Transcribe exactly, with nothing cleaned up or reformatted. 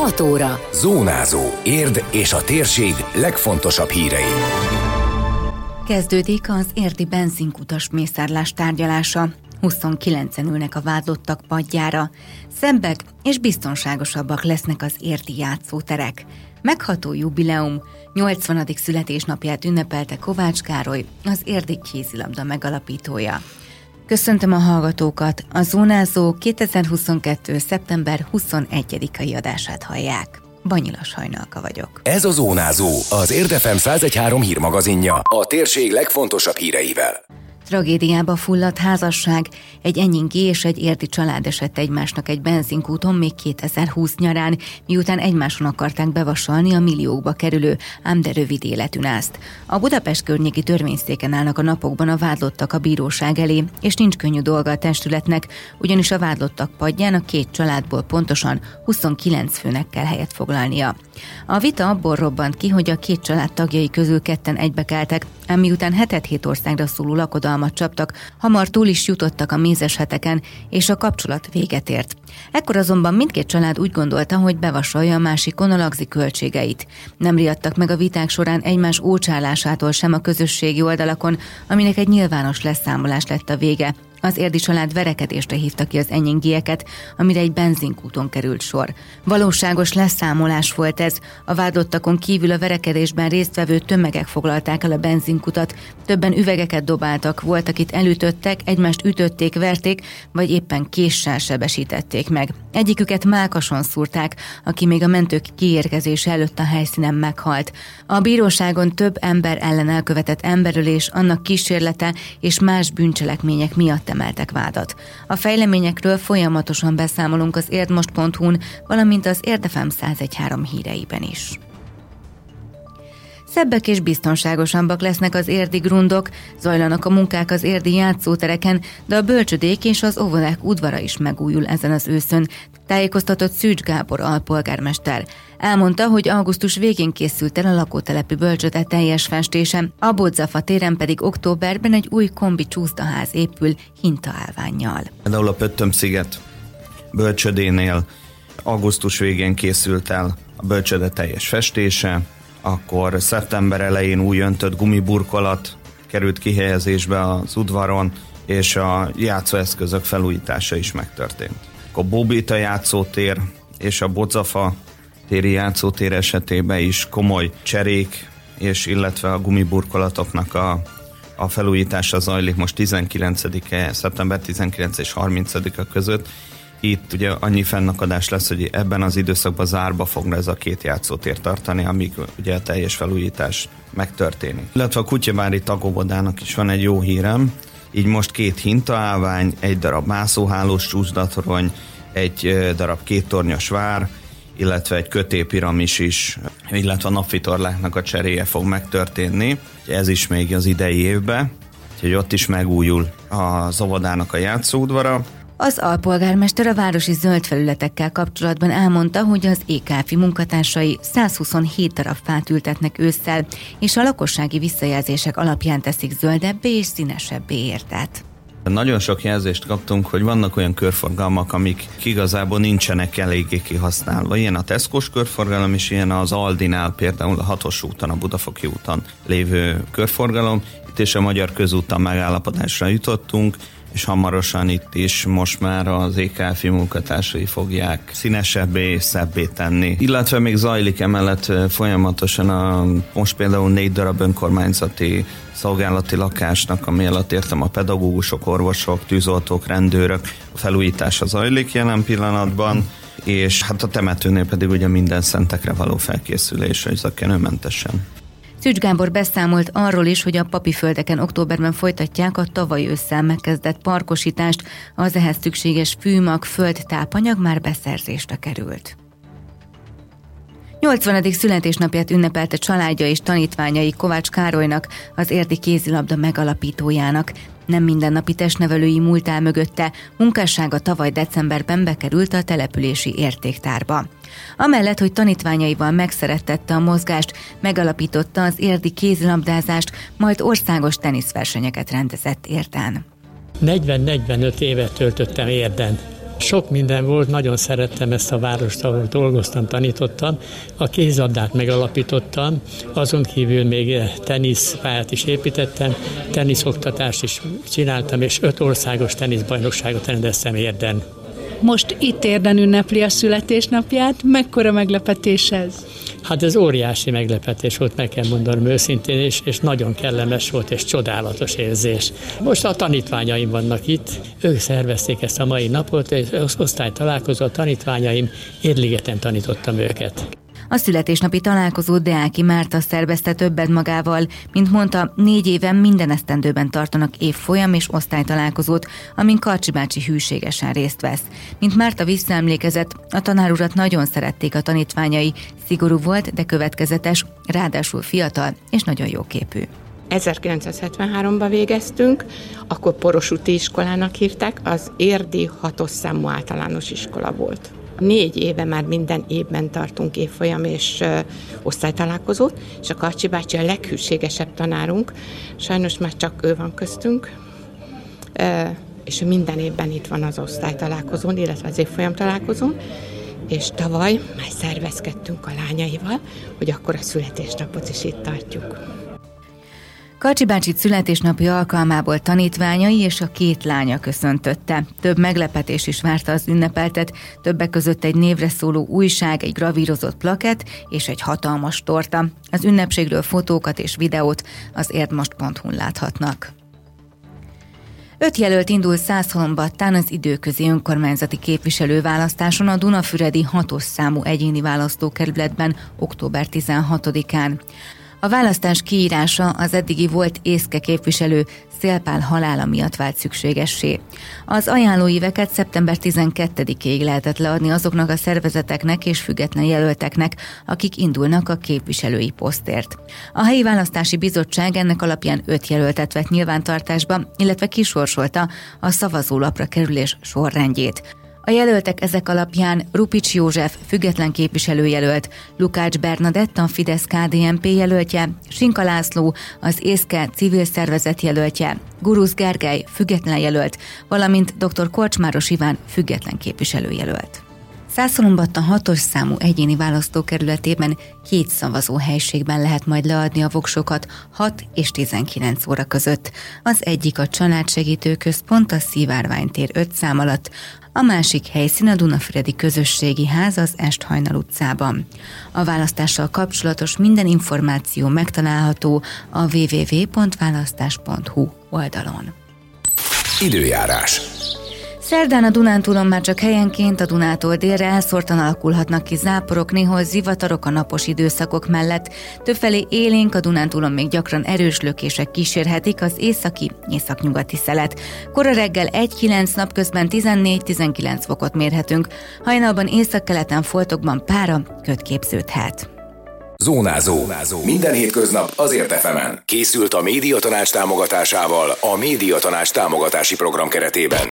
hat óra. Zónázó. Érd és a térség legfontosabb hírei. Kezdődik az érdi benzinkutas mészárlás tárgyalása. huszonkilencen ülnek a vádlottak padjára. Szebbek és biztonságosabbak lesznek az érdi játszóterek. Megható jubileum, nyolcvanadik születésnapját ünnepelte Kovács Károly, az érdi kézilabda megalapítója. Köszöntöm a hallgatókat, a Zónázó kétezer-huszonkettő. szeptember huszonegyedikai adását hallják. Banyilas Hajnalka vagyok. Ez a Zónázó, az Érd ef em száz egy három hírmagazinja, a térség legfontosabb híreivel. Tragédiába fulladt házasság, egy enyingi és egy érdi család esett egymásnak egy benzinkúton még kétezer-húsz nyarán, miután egymáson akarták bevasalni a milliókba kerülő, ám de rövid életű názt. A Budapest környéki törvényszéken állnak a napokban a vádlottak a bíróság elé, és nincs könnyű dolga a testületnek, ugyanis a vádlottak padján a két családból pontosan huszonkilenc főnek kell helyet foglalnia. A vita abból robbant ki, hogy a két család tagjai közül ketten egybekeltek, ám miután hetet-hét országra szóló lakodalmat csaptak, hamar túl is jutottak a mézes heteken, és a kapcsolat véget ért. Ekkor azonban mindkét család úgy gondolta, hogy bevasalja a másikon a lagzi költségeit. Nem riadtak meg a viták során egymás ócsálásától sem a közösségi oldalakon, aminek egy nyilvános leszámolás lett a vége. Az érdi család verekedésre hívta ki az enyingieket, amire egy benzinkúton került sor. Valóságos leszámolás volt ez. A vádlottakon kívül a verekedésben résztvevő tömegek foglalták el a benzinkutat, többen üvegeket dobáltak, volt, akit elütöttek, egymást ütötték, verték, vagy éppen késsel sebesítették meg. Egyiküket mákason szúrták, aki még a mentők kiérkezése előtt a helyszínen meghalt. A bíróságon több ember ellen elkövetett emberölés, annak kísérlete és más bűncselekmények miatt emeltek vádat. A fejleményekről folyamatosan beszámolunk az érdmost pont hu-n, valamint az Érd ef em száz egy három híreiben is. Szebbek és biztonságosabbak lesznek az érdi grundok, zajlanak a munkák az érdi játszótereken, de a bölcsödék és az óvodák udvara is megújul ezen az őszön, tájékoztatott Szűcs Gábor alpolgármester. Elmondta, hogy augusztus végén készült el a lakótelepi bölcsöde teljes festése, a Bodzafa téren pedig októberben egy új kombi csúszdaház épül hintaállvánnyal. Például a Pöttöm-sziget bölcsödénél augusztus végén készült el a bölcsöde teljes festése, akkor szeptember elején új öntött gumiburkolat került kihelyezésbe az udvaron, és a játszóeszközök felújítása is megtörtént. A Bóbita játszótér és a Bodzafa téri játszótér esetében is komoly cserék, és illetve a gumiburkolatoknak a, a felújítása zajlik most tizenkilencedike, szeptember tizenkilencedike és harmincadika között. Itt ugye annyi fennakadás lesz, hogy ebben az időszakban zárba fog ez a két játszótér tartani, amíg ugye a teljes felújítás megtörténik. Illetve a Kutyabári tagóvodának is van egy jó hírem, így most két hintaállvány, egy darab mászóhálós csúszdatorony, egy darab kéttornyos vár, illetve egy kötélpiramis is, illetve a napvitorláknak a cseréje fog megtörténni. Ez is még az idei évben, úgyhogy ott is megújul az óvodának a játszóudvara. Az alpolgármester a városi zöld felületekkel kapcsolatban elmondta, hogy az é ká ef i munkatársai százhuszonhét darab fát ültetnek ősszel, és a lakossági visszajelzések alapján teszik zöldebbé és színesebbé értet. Nagyon sok jelzést kaptunk, hogy vannak olyan körforgalmak, amik igazából nincsenek eléggé kihasználva. Ilyen a Tesco-s körforgalom, és ilyen az Aldinál, például a hatos úton, a Budafoki úton lévő körforgalom. Itt és a Magyar Közúton megállapodásra jutottunk, és hamarosan itt is most már az é ká ef i munkatársai fogják színesebbé és szebbé tenni. Illetve még zajlik emellett folyamatosan a, most például négy darab önkormányzati szolgálati lakásnak, ami alatt értem a pedagógusok, orvosok, tűzoltók, rendőrök, a felújítása zajlik jelen pillanatban, és hát a temetőnél pedig ugye minden szentekre való felkészülés, hogy zökkenőmentesen. Szűcs Gábor beszámolt arról is, hogy a papiföldeken októberben folytatják a tavaly ősszel megkezdett parkosítást, az ehhez szükséges fűmag, föld, tápanyag már beszerzésre került. nyolcvanadik születésnapját ünnepelte családja és tanítványai Kovács Károlynak, az érdi kézilabda megalapítójának. Nem mindennapi testnevelői múlt áll mögötte, munkássága tavaly decemberben bekerült a települési értéktárba. Amellett, hogy tanítványaival megszerettette a mozgást, megalapította az érdi kézilabdázást, majd országos teniszversenyeket rendezett Érden. negyven-negyvenöt évet töltöttem Érden. Sok minden volt, nagyon szerettem ezt a várost, ahol dolgoztam, tanítottam. A kézlabdát megalapítottam, azon kívül még teniszpályát is építettem, teniszoktatást is csináltam, és öt országos teniszbajnokságot rendeztem Érden. Most itt Érden ünnepli a születésnapját, mekkora meglepetés ez? Hát ez óriási meglepetés volt, meg kell mondanom őszintén, és, és nagyon kellemes volt, és csodálatos érzés. Most a tanítványaim vannak itt, ők szervezték ezt a mai napot, és osztálytalálkozó, a tanítványaim, Érligeten tanítottam őket. A születésnapi találkozót Deáki Márta szervezte többet magával, mint mondta, négy éven minden esztendőben tartanak évfolyam és osztálytalálkozót, amin Karcsi bácsi hűségesen részt vesz. Mint Márta visszaemlékezett, a tanárurat nagyon szerették a tanítványai, szigorú volt, de következetes, ráadásul fiatal és nagyon jóképű. ezerkilencszázhetvenháromban végeztünk, akkor Porosúti iskolának hívták, az érdi hatos számú általános iskola volt. Négy éve már minden évben tartunk évfolyam és ö, osztálytalálkozót, és a Karcsi bácsi a leghűségesebb tanárunk, sajnos már csak ő van köztünk, ö, és minden évben itt van az osztálytalálkozón, illetve az évfolyam találkozón, és tavaly már szervezkedtünk a lányaival, hogy akkor a születésnapot is itt tartjuk. Karcsi bácsi születésnapja alkalmából tanítványai és a két lánya köszöntötte. Több meglepetés is várta az ünnepeltet, többek között egy névre szóló újság, egy gravírozott plakett és egy hatalmas torta. Az ünnepségről fotókat és videót az érdmost pont hu-n láthatnak. Öt jelölt indul Szászhalombattán az időközi önkormányzati képviselőválasztáson a Dunafüredi hatos számú egyéni választókerületben október tizenhatodikán. A választás kiírása az eddigi volt észke képviselő Széll Pál halála miatt vált szükségessé. Az ajánlóíveket szeptember tizenkettedikéig lehetett leadni azoknak a szervezeteknek és független jelölteknek, akik indulnak a képviselői posztért. A helyi választási bizottság ennek alapján öt jelöltet vett nyilvántartásba, illetve kisorsolta a szavazólapra kerülés sorrendjét. A jelöltek ezek alapján Rupics József független képviselőjelölt, Lukács Bernadett a Fidesz-ká dé en pé jelöltje, Sinka László az észke civil szervezet jelöltje, Gurusz Gergely független jelölt, valamint dr. Korcsmáros Iván független képviselőjelölt. Szászhalombatta hatos számú egyéni választókerületében két szavazóhelyiségben lehet majd leadni a voksokat hat és tizenkilenc óra között. Az egyik a Családsegítő Központ a Szivárványtér öt szám alatt, a másik helyszín a Dunafüredi Közösségi Ház az Esthajnal utcában. A választással kapcsolatos minden információ megtalálható a double-u double-u double-u pont választás pont hu oldalon. Időjárás. Szerdán a Dunántúlon már csak helyenként a Dunától délre elszórtan alakulhatnak ki záporok, néhol zivatarok a napos időszakok mellett. Többfelé élénk, a Dunántúlon még gyakran erős lökések kísérhetik az északi, északnyugati szelet. Kora reggel egy-kilenc, napközben tizennégy-tizenkilenc fokot mérhetünk, hajnalban északkeleten foltokban pára kötképződhet. Zónázó. Zónázó. Minden hétköznap azért ef emen. Készült a Médiatanács támogatásával a Médiatanács támogatási program keretében.